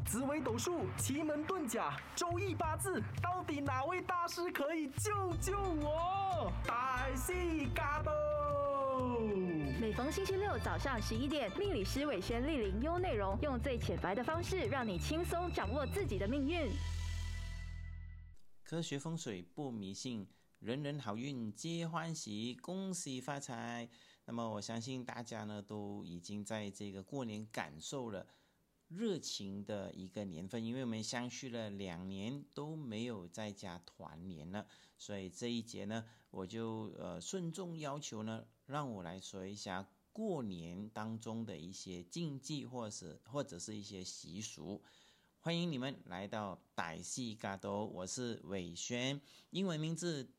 紫微斗数、奇门遁甲、周易八字，到底哪位大师可以救救我？大西嘎斗。 每逢星期六早上11点，命理师伟轩莅临优内容，用最浅白的方式，让你轻松掌握自己的命运。 科学风水不迷信，人人好运皆欢喜，恭喜发财。那么我相信大家呢都已经在这个过年感受了热情的一个年份，因为我们相续了2年都没有在家团年了，所以这一节呢我就顺众要求呢，让我来说一下过年当中的一些禁忌或者是一些习俗。欢迎你们来到大西嘎斗，我是伟轩，英文名字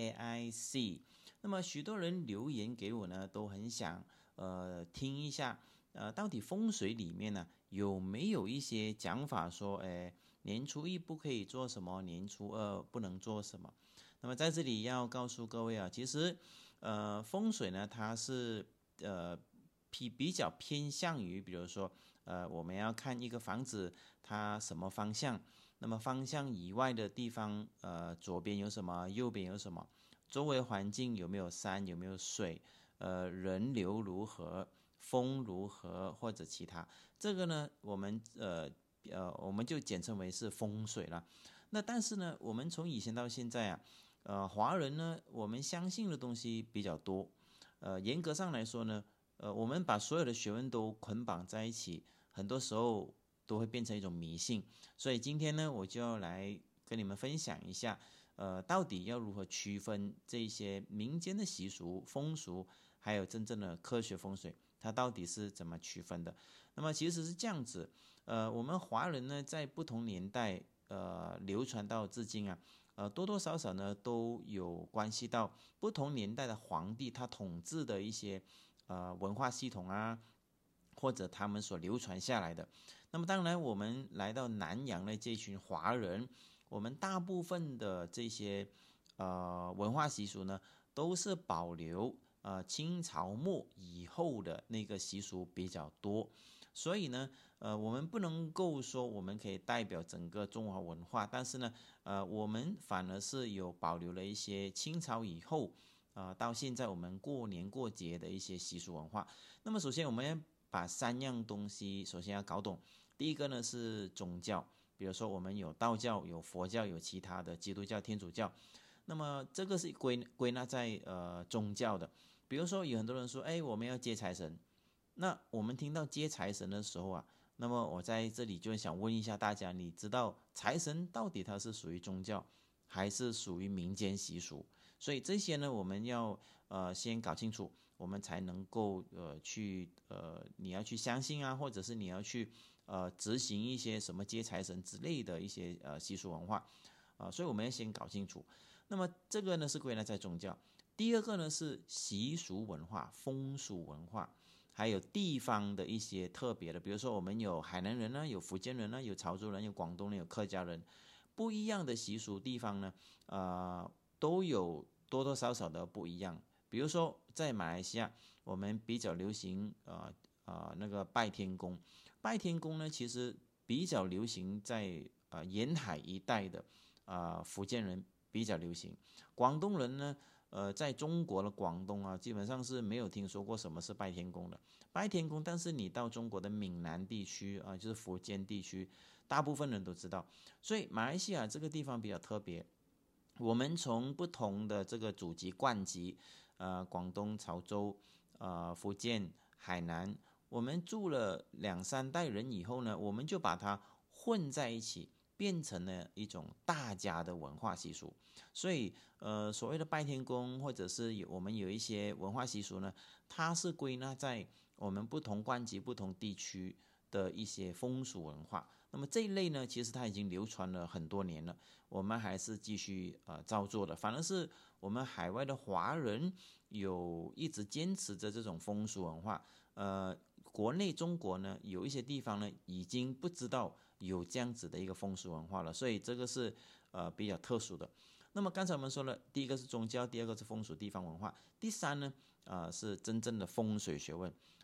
DAIC。那么许多人留言给我呢，都很想听一下到底风水里面呢有没有一些讲法说年初一不可以做什么，年初二不能做什么。那么在这里要告诉各位啊，其实风水呢它是比较偏向于比如说我们要看一个房子它什么方向，那么方向以外的地方左边有什么，右边有什么，周围环境有没有山，有没有水，人流如何，风如何或者其他，这个呢我们就简称为是风水了。那但是呢我们从以前到现在华人呢我们相信的东西比较多，严格上来说呢我们把所有的学问都捆绑在一起，很多时候都会变成一种迷信。所以今天呢我就要来跟你们分享一下到底要如何区分这些民间的习俗风俗，还有真正的科学风水它到底是怎么区分的。那么其实是这样子，我们华人呢在不同年代流传到至今多多少少呢都有关系到不同年代的皇帝他统治的一些文化系统或者他们所流传下来的。那么当然我们来到南洋的这群华人，我们大部分的这些文化习俗呢都是保留清朝末以后的那个习俗比较多，所以呢我们不能够说我们可以代表整个中华文化，但是呢我们反而是有保留了一些清朝以后到现在我们过年过节的一些习俗文化。那么首先我们要把3样东西首先要搞懂。第一个呢是宗教，比如说我们有道教，有佛教，有其他的基督教、天主教，那么这个是归纳在宗教的。比如说有很多人说我们要接财神，那我们听到接财神的时候那么我在这里就想问一下大家，你知道财神到底它是属于宗教还是属于民间习俗？所以这些呢我们要先搞清楚，我们才能够你要去相信或者是你要去执行一些什么接财神之类的一些习俗文化所以我们要先搞清楚。那么这个呢是归纳在宗教。第二个呢是习俗文化、风俗文化，还有地方的一些特别的，比如说我们有海南人有福建人有潮州人，有广东人，有客家人，不一样的习俗地方呢都有多多少少的不一样。比如说在马来西亚我们比较流行那个拜天公。拜天公呢其实比较流行在沿海一带的福建人比较流行。广东人呢在中国的广东基本上是没有听说过什么是拜天公的。拜天公，但是你到中国的闽南地区就是福建地区，大部分人都知道。所以马来西亚这个地方比较特别，我们从不同的这个祖籍冠籍广东、潮州福建、海南，我们住了2-3代人以后呢，我们就把它混在一起，变成了一种大家的文化习俗。所以所谓的拜天公或者是我们有一些文化习俗呢，它是归纳在我们不同冠籍不同地区的一些风俗文化。那么这一类呢其实它已经流传了很多年了，我们还是继续照做的。反而是我们海外的华人有一直坚持着这种风俗文化，国内中国呢有一些地方呢已经不知道有这样子的一个风俗文化了，所以这个是比较特殊的。那么刚才我们说了，第一个是宗教，第二个是风俗地方文化，第三呢是真正的风水学问。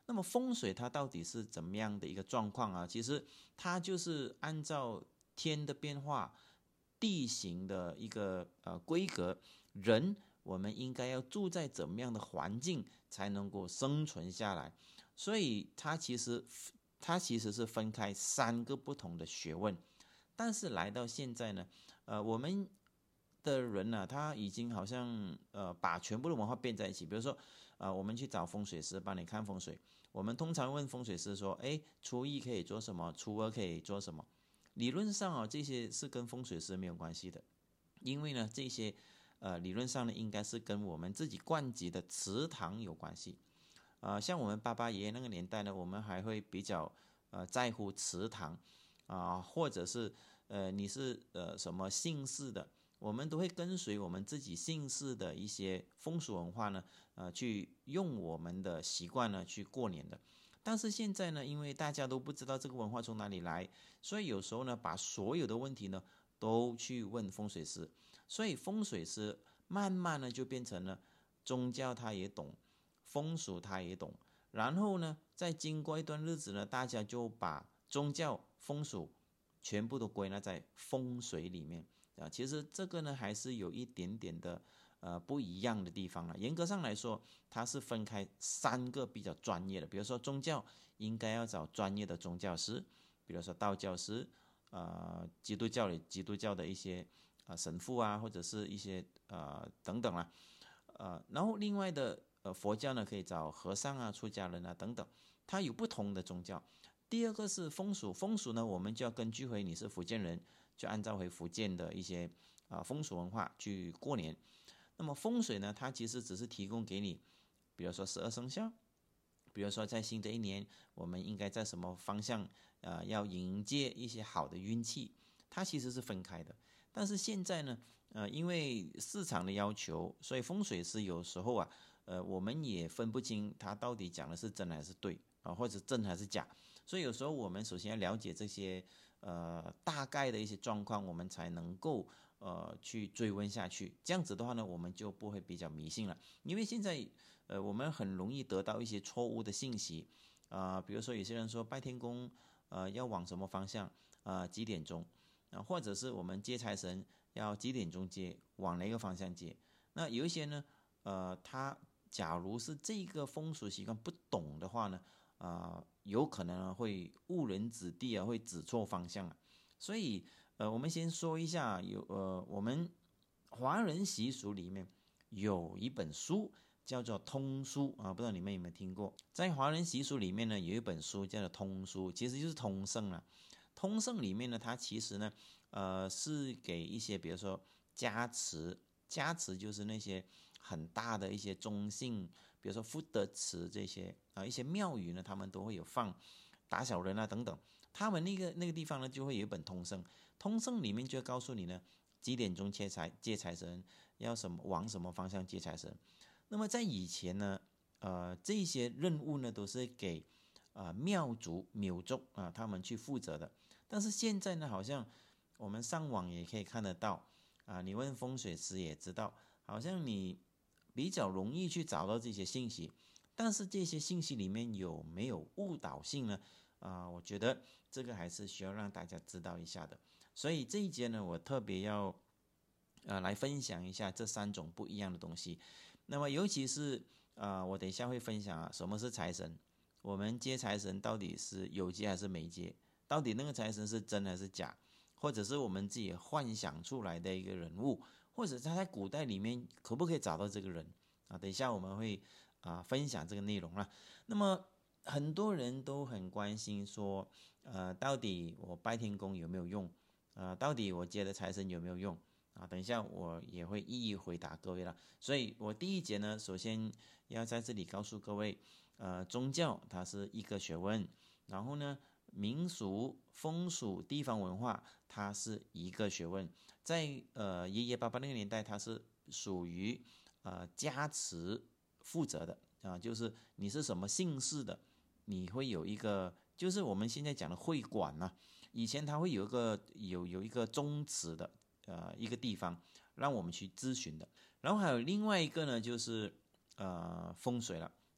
那么风水它到底是怎么样的一个状况啊？其实它就是按照天的变化、地形的一个规格，人我们应该要住在怎么样的环境才能够生存下来。所以它其实是分开3个不同的学问。但是来到现在呢，我们的人呢，他已经好像把全部的文化变在一起。比如说，我们去找风水师帮你看风水，我们通常问风水师说，初一可以做什么，初二可以做什么？理论上这些是跟风水师没有关系的，因为呢，这些理论上呢，应该是跟我们自己灌集的祠堂有关系。像我们爸爸爷爷那个年代呢，我们还会比较在乎祠堂或者是你是什么姓氏的，我们都会跟随我们自己姓氏的一些风俗文化呢，去用我们的习惯呢去过年的。但是现在呢，因为大家都不知道这个文化从哪里来，所以有时候呢，把所有的问题呢都去问风水师，所以风水师慢慢呢就变成了宗教他也懂，风俗他也懂，然后呢，再经过一段日子呢，大家就把宗教、风俗全部都归纳在风水里面其实这个呢，还是有一点点的不一样的地方了。严格上来说，它是分开3个比较专业的，比如说宗教应该要找专业的宗教师，比如说道教师，基督教的一些神父或者是一些等等啦，然后另外的佛教呢，可以找和尚出家人等等，它有不同的宗教。第二个是风俗，风俗呢，我们就要根据回你是福建人，就按照回福建的一些风俗文化去过年。那么风水呢，它其实只是提供给你，比如说12生肖，比如说在新的一年，我们应该在什么方向要迎接一些好的运气，它其实是分开的。但是现在呢，因为市场的要求，所以风水师有时候我们也分不清他到底讲的是真还是对或者真还是假。所以有时候我们首先要了解这些大概的一些状况，我们才能够去追问下去。这样子的话呢，我们就不会比较迷信了。因为现在我们很容易得到一些错误的信息比如说有些人说拜天公要往什么方向几点钟或者是我们接财神要几点钟接，往哪个方向接。那有一些呢他假如是这个风俗习惯不懂的话呢有可能会误人子弟会指错方向所以我们先说一下我们华人习俗里面有一本书叫做通书不知道你们有没有听过。在华人习俗里面呢，有一本书叫做通书，其实就是通胜了。通胜里面呢，它其实呢是给一些比如说加持就是那些很大的一些中性，比如说福德祠这些一些庙宇呢，他们都会有放打小人等等，他们那个地方呢就会有一本通胜，通胜里面就会告诉你呢几点钟接财神，要往什么方向接财神。那么在以前呢这些任务呢都是给庙族苗族他们去负责的。但是现在呢，好像我们上网也可以看得到你问风水师也知道，好像你比较容易去找到这些信息。但是这些信息里面有没有误导性呢我觉得这个还是需要让大家知道一下的。所以这一节呢，我特别要来分享一下这3种不一样的东西。那么尤其是我等一下会分享什么是财神，我们接财神到底是有接还是没接，到底那个财神是真还是假，或者是我们自己幻想出来的一个人物，或者他在古代里面可不可以找到这个人等一下我们会分享这个内容啦。那么很多人都很关心说到底我拜天公有没有用到底我接的财神有没有用等一下我也会一一回答各位了。所以我第一节呢，首先要在这里告诉各位宗教它是一个学问，然后呢民俗、风俗、地方文化它是一个学问。在爷爷爸爸那个年代，它是属于加持负责的就是你是什么姓氏的，你会有一个就是我们现在讲的会馆以前它会有一个宗祠的一个地方让我们去咨询的。然后还有另外一个呢，就是风水了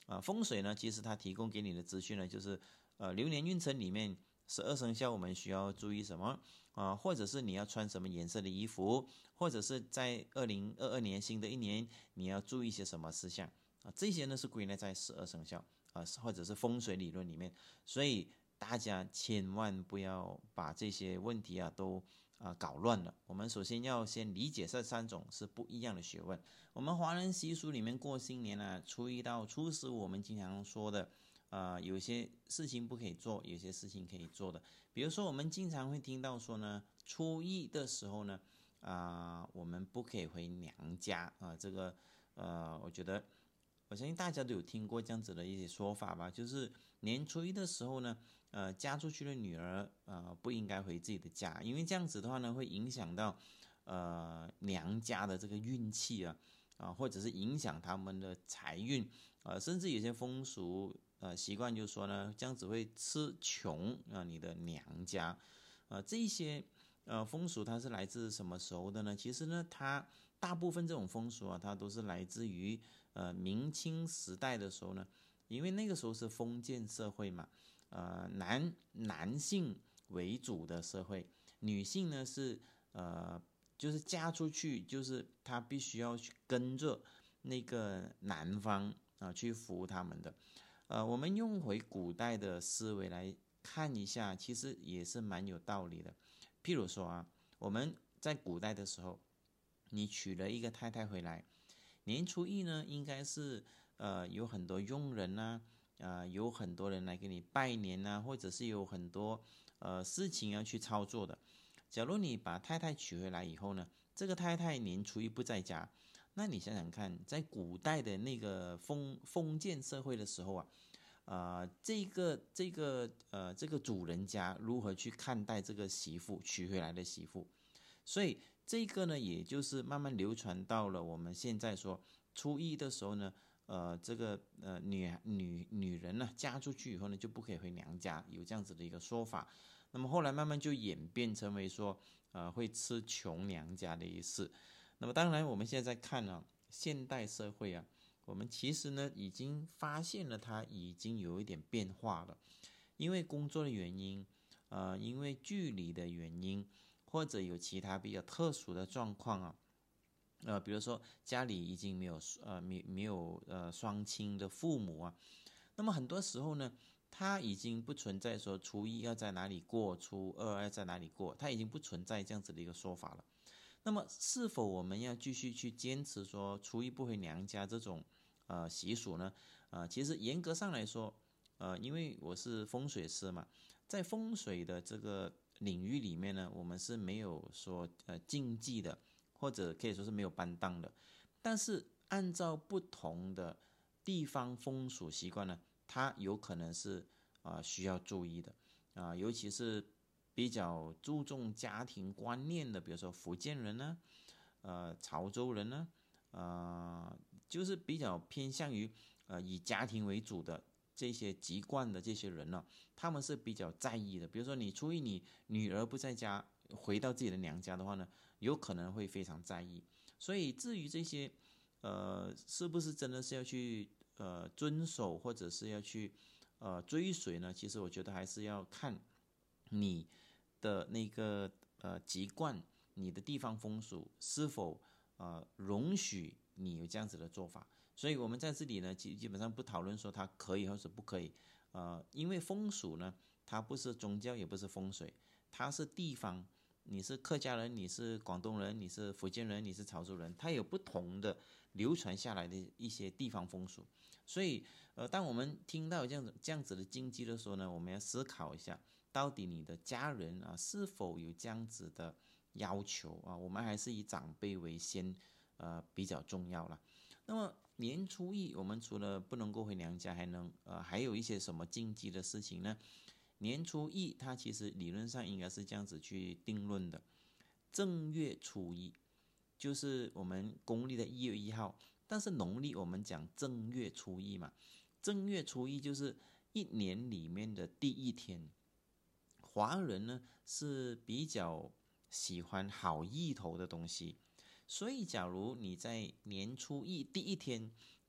风水呢，其实它提供给你的资讯呢，就是流年运程里面12生肖我们需要注意什么或者是你要穿什么颜色的衣服，或者是在2022年新的一年你要注意一些什么事项这些呢是归纳在12生肖或者是风水理论里面，所以大家千万不要把这些问题都搞乱了。我们首先要先理解这3种是不一样的学问。我们华人习俗里面过新年初1到初15我们经常说的有些事情不可以做，有些事情可以做的。比如说我们经常会听到说呢，初1的时候呢我们不可以回娘家这个我觉得我相信大家都有听过这样子的一些说法吧，就是年初1的时候呢嫁出去的女儿不应该回自己的家，因为这样子的话呢会影响到娘家的这个运气或者是影响他们的财运甚至有些风俗习惯就是说呢，这样子会吃穷你的娘家这一些风俗它是来自什么时候的呢？其实呢，它大部分这种风俗它都是来自于明清时代的时候呢，因为那个时候是封建社会嘛，男性为主的社会，女性呢是就是嫁出去，就是她必须要去跟着那个男方去服务他们的。我们用回古代的思维来看一下，其实也是蛮有道理的。譬如说我们在古代的时候，你娶了一个太太回来，年初1呢，应该是有很多佣人有很多人来给你拜年或者是有很多事情要去操作的。假如你把太太娶回来以后呢，这个太太年初1不在家，那你想想看，在古代的那个封建社会的时候这个主人家如何去看待这个媳妇娶回来的媳妇？所以这个呢，也就是慢慢流传到了我们现在说初1的时候呢，这个女人呢嫁出去以后呢，就不可以回娘家，有这样子的一个说法。那么后来慢慢就演变成为说会吃穷娘家的意思。那么当然我们现在在看现代社会我们其实呢已经发现了它已经有一点变化了，因为工作的原因因为距离的原因，或者有其他比较特殊的状况比如说家里已经没有双亲的父母那么很多时候呢，它已经不存在说初1要在哪里过，初2要在哪里过，它已经不存在这样子的一个说法了。那么是否我们要继续去坚持说初1不回娘家这种习俗呢？其实严格上来说因为我是风水师嘛，在风水的这个领域里面呢，我们是没有说禁忌的，或者可以说是没有搬档的。但是按照不同的地方风俗习惯呢，它有可能是需要注意的尤其是比较注重家庭观念的，比如说福建人潮州人就是比较偏向于以家庭为主的这些籍贯的这些人他们是比较在意的。比如说你初1你女儿不在家，回到自己的娘家的话呢，有可能会非常在意。所以至于这些是不是真的是要去遵守，或者是要去追随呢？其实我觉得还是要看你的那个籍贯，你的地方风俗是否容许你有这样子的做法。所以我们在这里呢基本上不讨论说它可以或者不可以因为风俗呢它不是宗教也不是风水，它是地方，你是客家人，你是广东人，你是福建人，你是潮州人，它有不同的流传下来的一些地方风俗。所以当我们听到这样子的禁忌的时候呢，我们要思考一下，到底你的家人是否有这样子的要求我们还是以长辈为先比较重要啦。那么年初1我们除了不能够回娘家，还有一些什么禁忌的事情呢？年初1它其实理论上应该是这样子去定论的，正月初1就是我们公历的1月1号，但是农历我们讲正月初1嘛，正月初1就是一年里面的第1天。华人呢是比较喜欢好意头的东西，所以假如你在年初1第1天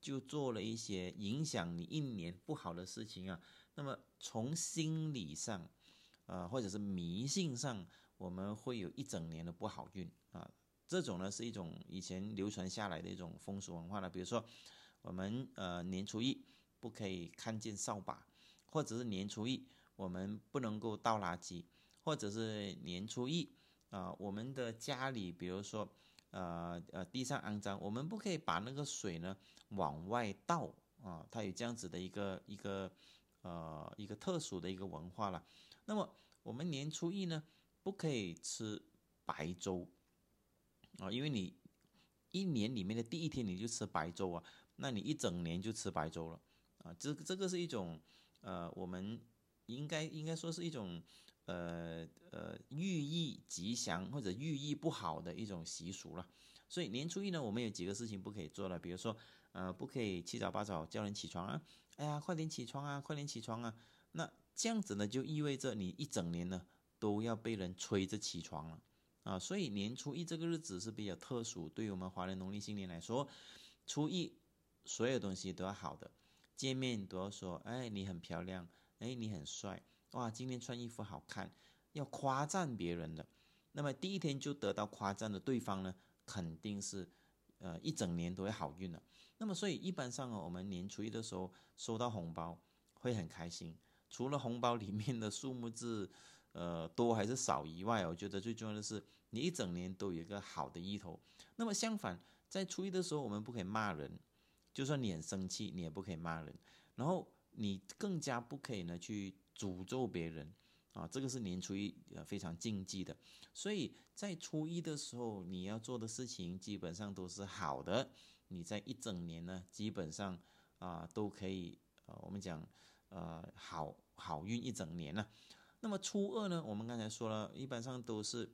就做了一些影响你一年不好的事情啊，那么从心理上，或者是迷信上，我们会有一整年的不好运啊。这种呢是一种以前流传下来的一种风俗文化了，比如说我们年初一不可以看见扫把，或者是年初一我们不能够倒垃圾，或者是年初一我们的家里比如说地上肮脏，我们不可以把那个水呢往外倒啊，它有这样子的一个特殊的一个文化了。那么我们年初一呢不可以吃白粥啊，因为你一年里面的第一天你就吃白粥啊，那你一整年就吃白粥了啊。这个是一种我们应该说是一种寓意吉祥或者寓意不好的一种习俗了。所以年初一呢，我们有几个事情不可以做了，比如说不可以七早八早叫人起床啊，哎呀快点起床啊，快点起床啊。那这样子呢，就意味着你一整年呢都要被人催着起床了啊。所以年初一这个日子是比较特殊，对于我们华人农历新年来说，初一所有东西都要好的，见面都要说，哎你很漂亮，哎你很帅，哇今天穿衣服好看，要夸赞别人的。那么第一天就得到夸赞的对方呢，肯定是一整年都会好运了。那么所以一般上我们年初一的时候收到红包会很开心，除了红包里面的数目字多还是少以外，我觉得最重要的是你一整年都有一个好的意头。那么相反，在初一的时候我们不可以骂人，就算你很生气你也不可以骂人，然后你更加不可以呢去诅咒别人啊，这个是年初一非常禁忌的。所以在初一的时候你要做的事情基本上都是好的，你在一整年呢基本上都可以我们讲好运一整年了。那么初二呢，我们刚才说了，一般上都是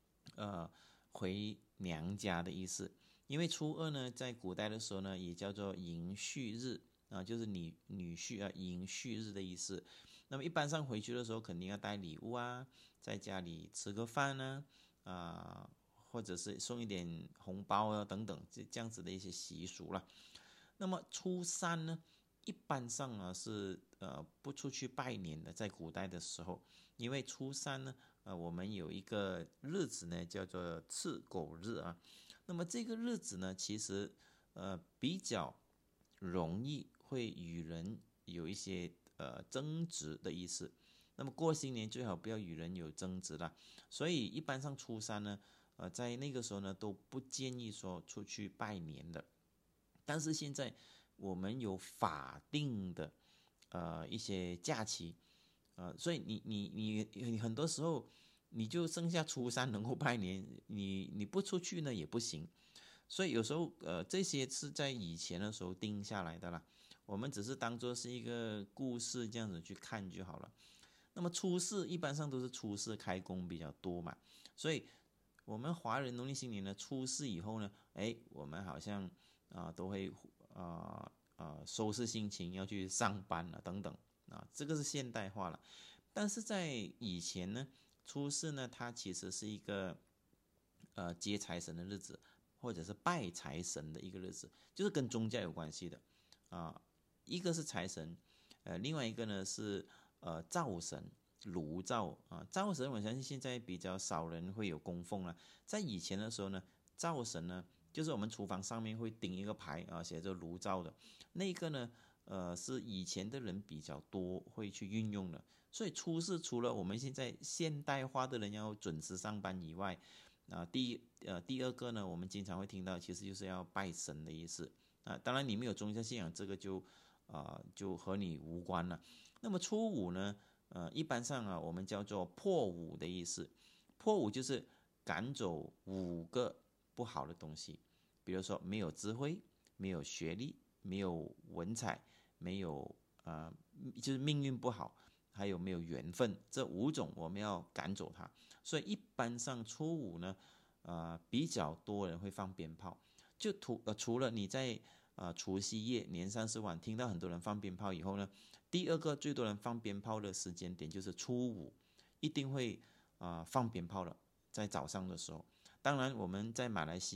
回娘家的意思，因为初二呢在古代的时候呢也叫做迎婿日啊，就是女婿迎婿日的意思。那么一般上回去的时候肯定要带礼物啊，在家里吃个饭啊，或者是送一点红包啊等等这样子的一些习俗了。那么初三呢，一般上是不出去拜年的，在古代的时候，因为初三呢我们有一个日子呢叫做赤狗日啊。那么这个日子呢其实比较容易会与人有一些争执的意思。那么过新年最好不要与人有争执啦，所以一般上初三呢在那个时候呢都不建议说出去拜年的。但是现在我们有法定的一些假期所以你很多时候你就剩下初三能够拜年，你不出去呢也不行。所以有时候这些是在以前的时候定下来的啦，我们只是当作是一个故事这样子去看就好了。那么初四一般上都是初四开工比较多嘛，所以我们华人农历新年呢初四以后呢，我们好像都会收拾心情要去上班了等等这个是现代化了。但是在以前呢，初四呢它其实是一个接财神的日子，或者是拜财神的一个日子，就是跟宗教有关系的一个是财神另外一个呢是灶神炉灶灶神我相信现在比较少人会有供奉了。在以前的时候呢，灶神呢就是我们厨房上面会钉一个牌写着炉灶的那个呢是以前的人比较多会去运用的。所以初四除了我们现在现代化的人要准时上班以外第二个呢我们经常会听到其实就是要拜神的意思当然你没有宗教信仰这个就和你无关了。那么初五呢一般上我们叫做破五的意思，破五就是赶走5个不好的东西，比如说没有智慧，没有学历，没有文采，没有就是命运不好，还有没有缘分，这5种我们要赶走它。所以一般上初五呢比较多人会放鞭炮，就除了你在除夕夜年30晚听到很多人放鞭炮以后呢，第二个最多人放鞭炮的时间点就是初五，一定会放鞭炮了，在早上的时候。当然我们在马来西亚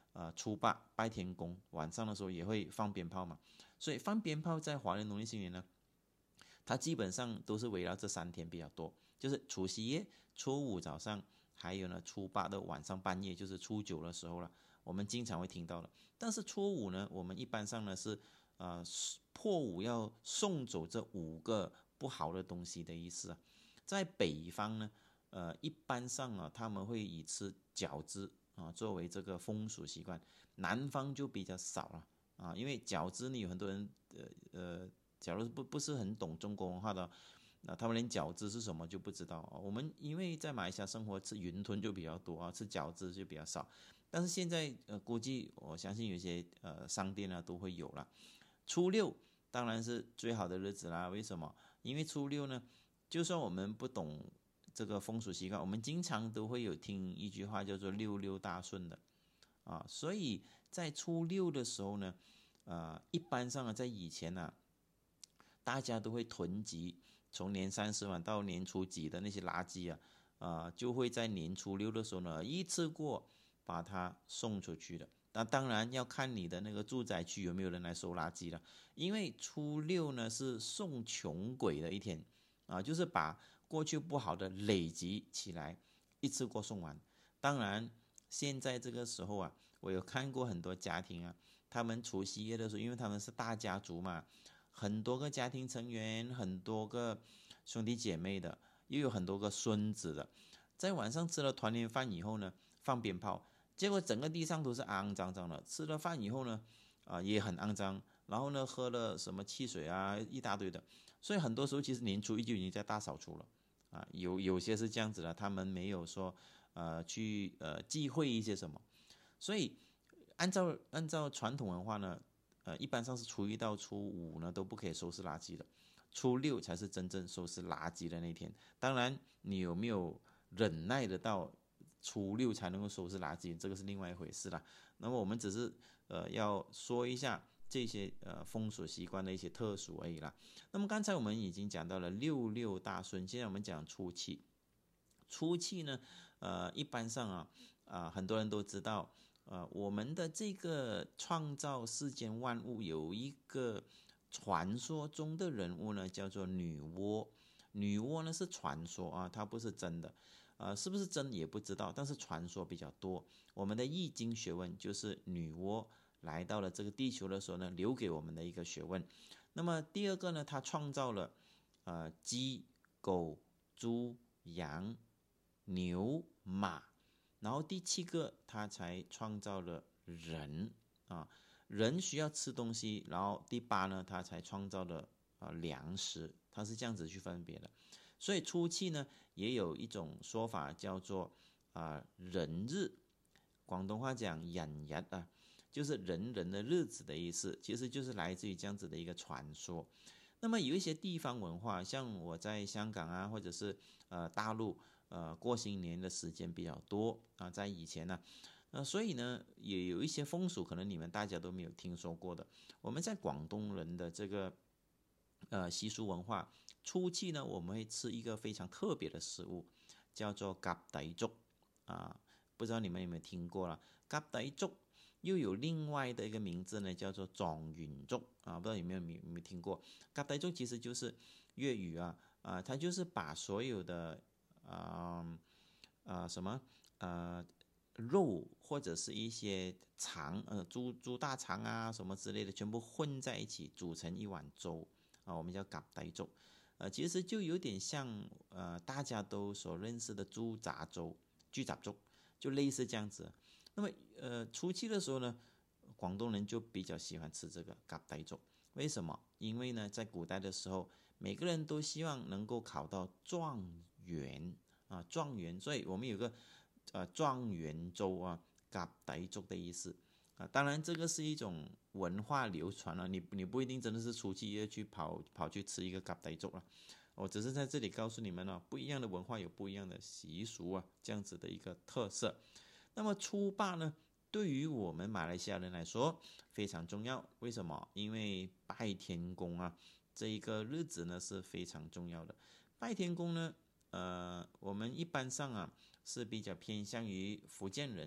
初八拜天公，晚上的时候也会放鞭炮嘛，所以放鞭炮在华人农历新年呢，它基本上都是围绕这3天比较多，就是除夕夜、初5早上，还有呢初8的晚上半夜，就是初9的时候了，我们经常会听到的。但是初5呢，我们一般上呢是破5要送走这5个不好的东西的意思啊。在北方呢，一般上啊他们会以吃饺子啊作为这个风俗习惯，南方就比较少了啊，因为饺子呢有很多人假如不是很懂中国文化的，那他们连饺子是什么就不知道。我们因为在马来西亚生活，吃云吞就比较多啊，吃饺子就比较少。但是现在估计我相信有些商店啊都会有了。初6当然是最好的日子啦，为什么？因为初6呢，就算我们不懂这个风俗习惯，我们经常都会有听一句话叫做六六大顺的啊，所以在初6的时候呢，一般上啊，在以前啊，大家都会囤积从年30晚到年初几的那些垃圾啊，就会在年初6的时候呢，一次过把它送出去的。那当然要看你的那个住宅区有没有人来收垃圾了，因为初6呢是送穷鬼的一天啊，就是把过去不好的累积起来，一次过送完。当然，现在这个时候啊，我有看过很多家庭啊，他们除夕夜的时候，因为他们是大家族嘛，很多个家庭成员，很多个兄弟姐妹的，又有很多个孙子的，在晚上吃了团圆饭以后呢，放鞭炮。结果整个地上都是肮肮脏脏的，吃了饭以后呢，也很肮脏，然后呢喝了什么汽水啊，一大堆的，所以很多时候其实年初1就已经在大扫除了啊，有些是这样子的，他们没有说去忌讳一些什么，所以按照传统文化呢，一般上是初1到初5呢都不可以收拾垃圾的，初6才是真正收拾垃圾的那天。当然，你有没有忍耐得到初6才能够收拾垃圾，这个是另外一回事啦。那么我们只是要说一下这些风俗习惯的一些特殊而已啦。那么刚才我们已经讲到了六六大顺，现在我们讲初七。初七呢，一般上很多人都知道，我们的这个创造世间万物有一个传说中的人物呢，叫做女娲。女娲呢是传说啊，它不是真的。是不是真也不知道，但是传说比较多。我们的易经学问就是女娲来到了这个地球的时候呢，留给我们的一个学问。那么第二个呢，她创造了鸡、狗、猪、羊、牛、马，然后第7个她才创造了人啊，人需要吃东西，然后第8呢，她才创造了粮食，她是这样子去分别的。所以初七呢，也有一种说法叫做人日，广东话讲人日啊，就是人人的日子的意思，其实就是来自于这样子的一个传说。那么有一些地方文化，像我在香港啊，或者是大陆过新年的时间比较多啊，在以前呢，所以呢也有一些风俗，可能你们大家都没有听说过的。我们在广东人的这个习俗文化，初七呢，我们会吃一个非常特别的食物，叫做鴿底粥啊，不知道你们有没有听过了？鴿底粥又有另外的一个名字呢，叫做狀元粥啊，不知道有没有听过？鴿底粥其实就是粤语它就是把所有的肉或者是一些肠猪大肠啊什么之类的，全部混在一起煮成一碗粥啊，我们叫鴿底粥。其实就有点像大家都所认识的猪杂粥、豬雜粥，就类似这样子。那么初七的时候呢，广东人就比较喜欢吃这个鴿底粥。为什么？因為呢，在古代的时候，每个人都希望能够考到状元状元，所以我们有个状元粥鴿底粥的意思。当然这个是一种文化流传了，你不一定真的是初七去跑去吃一个鴿底粥了。我只是在这里告诉你们不一样的文化有不一样的习俗这样子的一个特色。那么初8呢，对于我们马来西亚人来说非常重要。为什么？因为拜天公这一个日子呢是非常重要的。拜天公呢，我们一般上是比较偏向于福建人。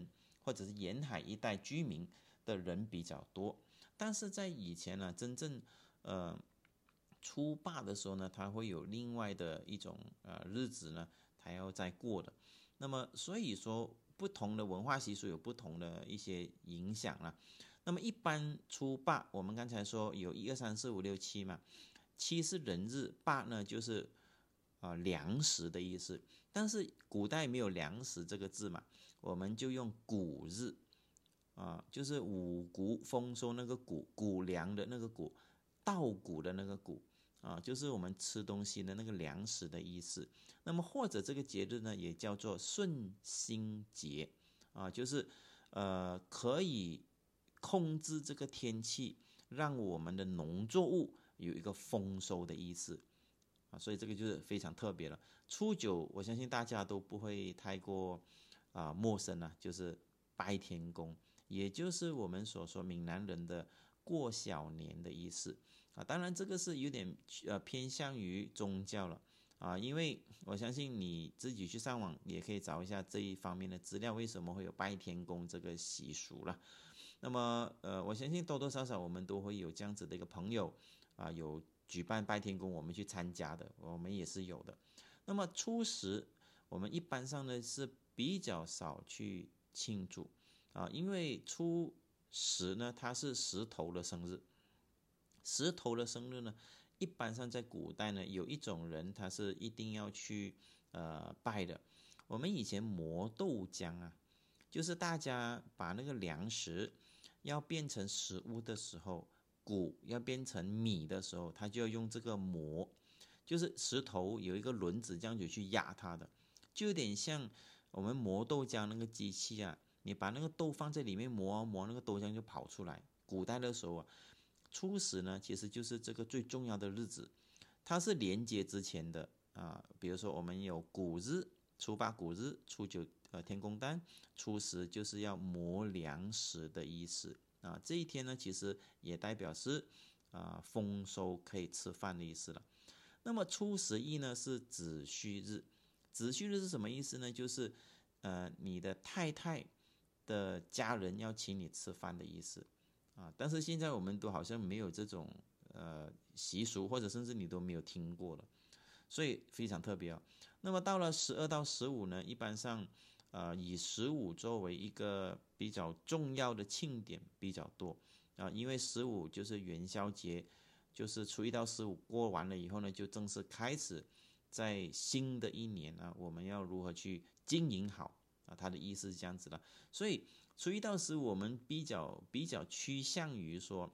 或者是沿海一带居民的人比较多。但是在以前呢，真正初八的时候呢，它会有另外的一种日子呢，它要再过的。那么所以说，不同的文化习俗有不同的一些影响啦。那么一般初八，我们刚才说有1、2、3、4、5、6、7嘛，7是人日，8呢就是粮食的意思。但是古代没有粮食这个字嘛，我们就用谷日就是五谷丰收那个谷，谷粮的那个谷，稻谷的那个谷就是我们吃东西的那个粮食的意思。那么或者这个节日呢，也叫做顺心节就是可以控制这个天气，让我们的农作物有一个丰收的意思所以这个就是非常特别了。初九，我相信大家都不会太过陌生了，就是拜天公，也就是我们所说闽南人的过小年的意思当然这个是有点偏向于宗教了因为我相信你自己去上网也可以找一下这一方面的资料，为什么会有拜天公这个习俗了。那么我相信多多少少我们都会有这样子的一个朋友有举办拜天公我们去参加的，我们也是有的。那么初十我们一般上呢是比较少去庆祝因为初十呢它是石头的生日。石头的生日呢，一般上在古代呢，有一种人他是一定要去拜的。我们以前磨豆浆就是大家把那个粮食要变成食物的时候，谷要变成米的时候，他就要用这个磨，就是石头有一个轮子这样子去压它的，就有点像我们磨豆浆那个机器你把那个豆放在里面磨磨，那个豆浆就跑出来。古代的时候初十呢，其实就是这个最重要的日子，它是连接之前的比如说我们有谷日，初八谷日，初九天公诞，初十就是要磨粮食的意思这一天呢，其实也代表是丰收可以吃饭的意思了。那么初11呢是子虚日，子虚日是什么意思呢？就是你的太太的家人要请你吃饭的意思但是现在我们都好像没有这种习俗，或者甚至你都没有听过了，所以非常特别那么到了12到15呢，一般上以15作为一个比较重要的庆典比较多因为15就是元宵节，就是初1到15过完了以后呢，就正式开始在新的一年我们要如何去经营好它的意思是这样子的。所以初1到15我们比较趋向于说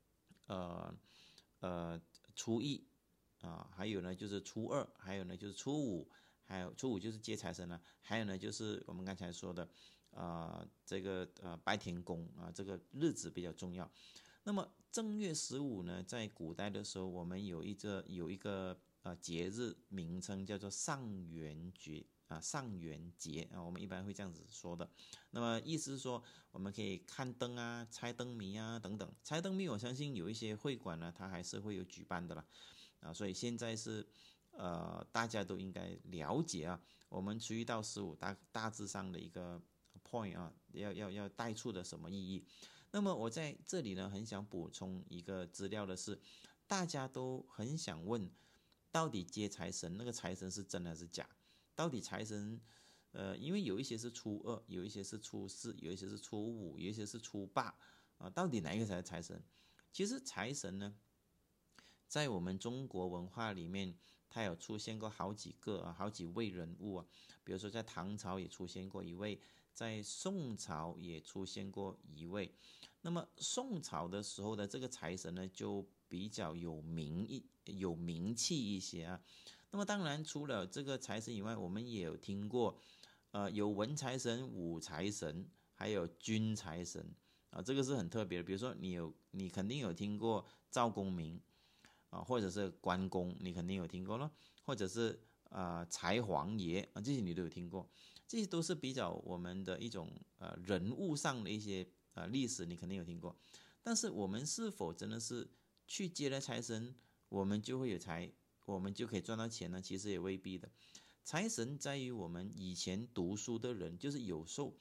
初1还有呢就是初2，还有呢就是初5，还有初5就是接财神还有呢就是我们刚才说的这个拜天公这个日子比较重要。那么正月15呢，在古代的时候我们有一个节日名称叫做上元节上元节我们一般会这样子说的。那么意思是说我们可以看灯猜灯谜等等。猜灯谜我相信有一些会馆呢它还是会有举办的啦所以现在是大家都应该了解我们初1到15大致上的一个 point 要带出的什么意义。那么我在这里呢很想补充一个资料的是，大家都很想问到底接财神那个财神是真还是假，到底财神因为有一些是初2，有一些是初4，有一些是初5，有一些是初8到底哪一个才是财神？其实财神呢在我们中国文化里面它有出现过好几位人物比如说在唐朝也出现过一位，在宋朝也出现过一位。那么宋朝的时候的这个财神呢就比较有名气一些那么当然除了这个财神以外，我们也有听过有文财神、武财神，还有军财神这个是很特别的。比如说你肯定有听过赵公明或者是关公，你肯定有听过咯，或者是财皇爷这些你都有听过。这些都是比较我们的一种人物上的一些历史，你肯定有听过。但是我们是否真的是去接了财神我们就会有财，我们就可以赚到钱呢？其实也未必的。财神在于我们以前读书的人，就是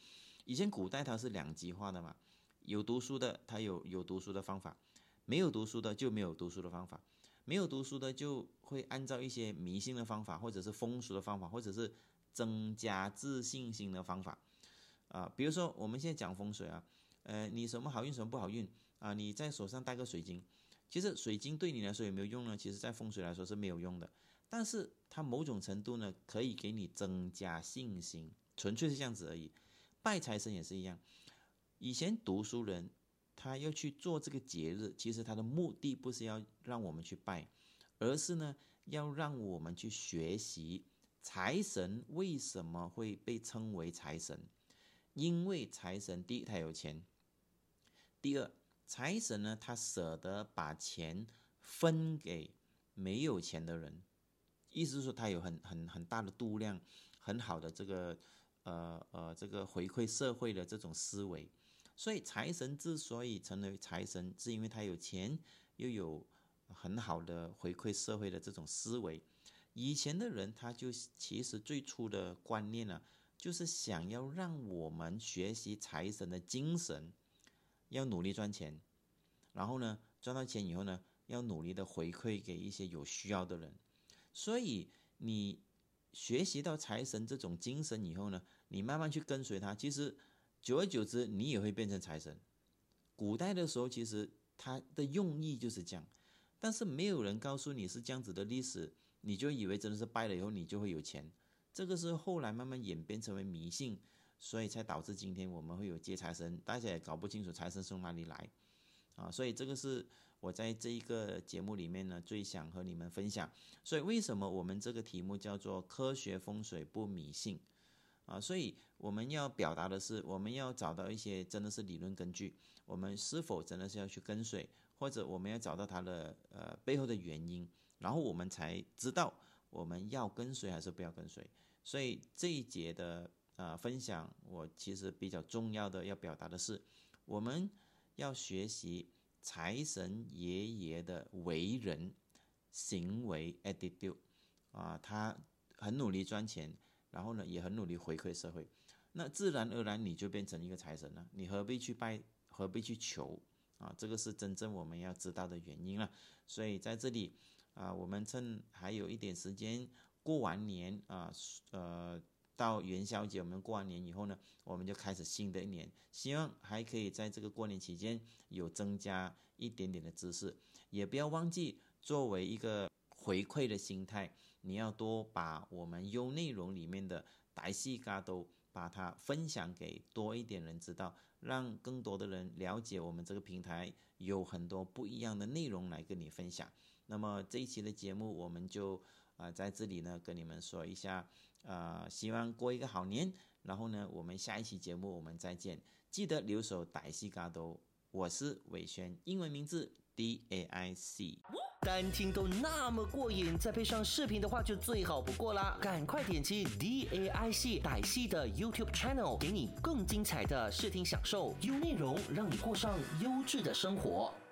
以前古代它是两极化的嘛，有读书的他有读书的方法，没有读书的就没有读书的方法，没有读书的就会按照一些迷信的方法，或者是风俗的方法，或者是增加自信心的方法比如说我们现在讲风水你什么好运什么不好运你在手上戴个水晶，其实水晶对你来说有没有用呢？其实在风水来说是没有用的，但是它某种程度呢可以给你增加信心，纯粹是这样子而已。拜财神也是一样，以前读书人他要去做这个节日，其实他的目的不是要让我们去拜，而是呢要让我们去学习财神为什么会被称为财神。因为财神第一他有钱，第二财神呢他舍得把钱分给没有钱的人，意思是说他有很大的度量，很好的这个回馈社会的这种思维。所以财神之所以成为财神，是因为他有钱，又有很好的回馈社会的这种思维。以前的人他就其实最初的观念呢，就是想要让我们学习财神的精神，要努力赚钱，然后呢赚到钱以后呢，要努力的回馈给一些有需要的人。所以你学习到财神这种精神以后呢，你慢慢去跟随他，其实久而久之你也会变成财神。古代的时候其实他的用意就是这样，但是没有人告诉你是这样子的历史，你就以为真的是拜了以后你就会有钱。这个是后来慢慢演变成为迷信，所以才导致今天我们会有接财神，大家也搞不清楚财神从哪里来所以这个是我在这一个节目里面呢最想和你们分享。所以为什么我们这个题目叫做科学风水不迷信所以我们要表达的是，我们要找到一些真的是理论根据，我们是否真的是要去跟随，或者我们要找到它的背后的原因，然后我们才知道我们要跟随还是不要跟随。所以这一节的分享，我其实比较重要的要表达的是，我们要学习财神爷爷的为人行为 attitude 他很努力赚钱，然后呢也很努力回馈社会，那自然而然你就变成一个财神了。你何必去拜，何必去求这个是真正我们要知道的原因了。所以在这里我们趁还有一点时间，过完年到元宵节，我们过完年以后呢，我们就开始新的一年，希望还可以在这个过年期间有增加一点点的知识，也不要忘记作为一个回馈的心态，你要多把我们优内容里面的大细嘎都把它分享给多一点人知道，让更多的人了解我们这个平台有很多不一样的内容来跟你分享。那么这一期的节目我们就在这里呢跟你们说一下希望过一个好年，然后呢我们下一期节目我们再见，记得留守大细嘎都。我是伟轩，英文名字 DAIC。 单听都那么过瘾，再配上视频的话就最好不过啦！赶快点击 DAIC 歹戏的 YouTube Channel， 给你更精彩的视听享受，优内容让你过上优质的生活。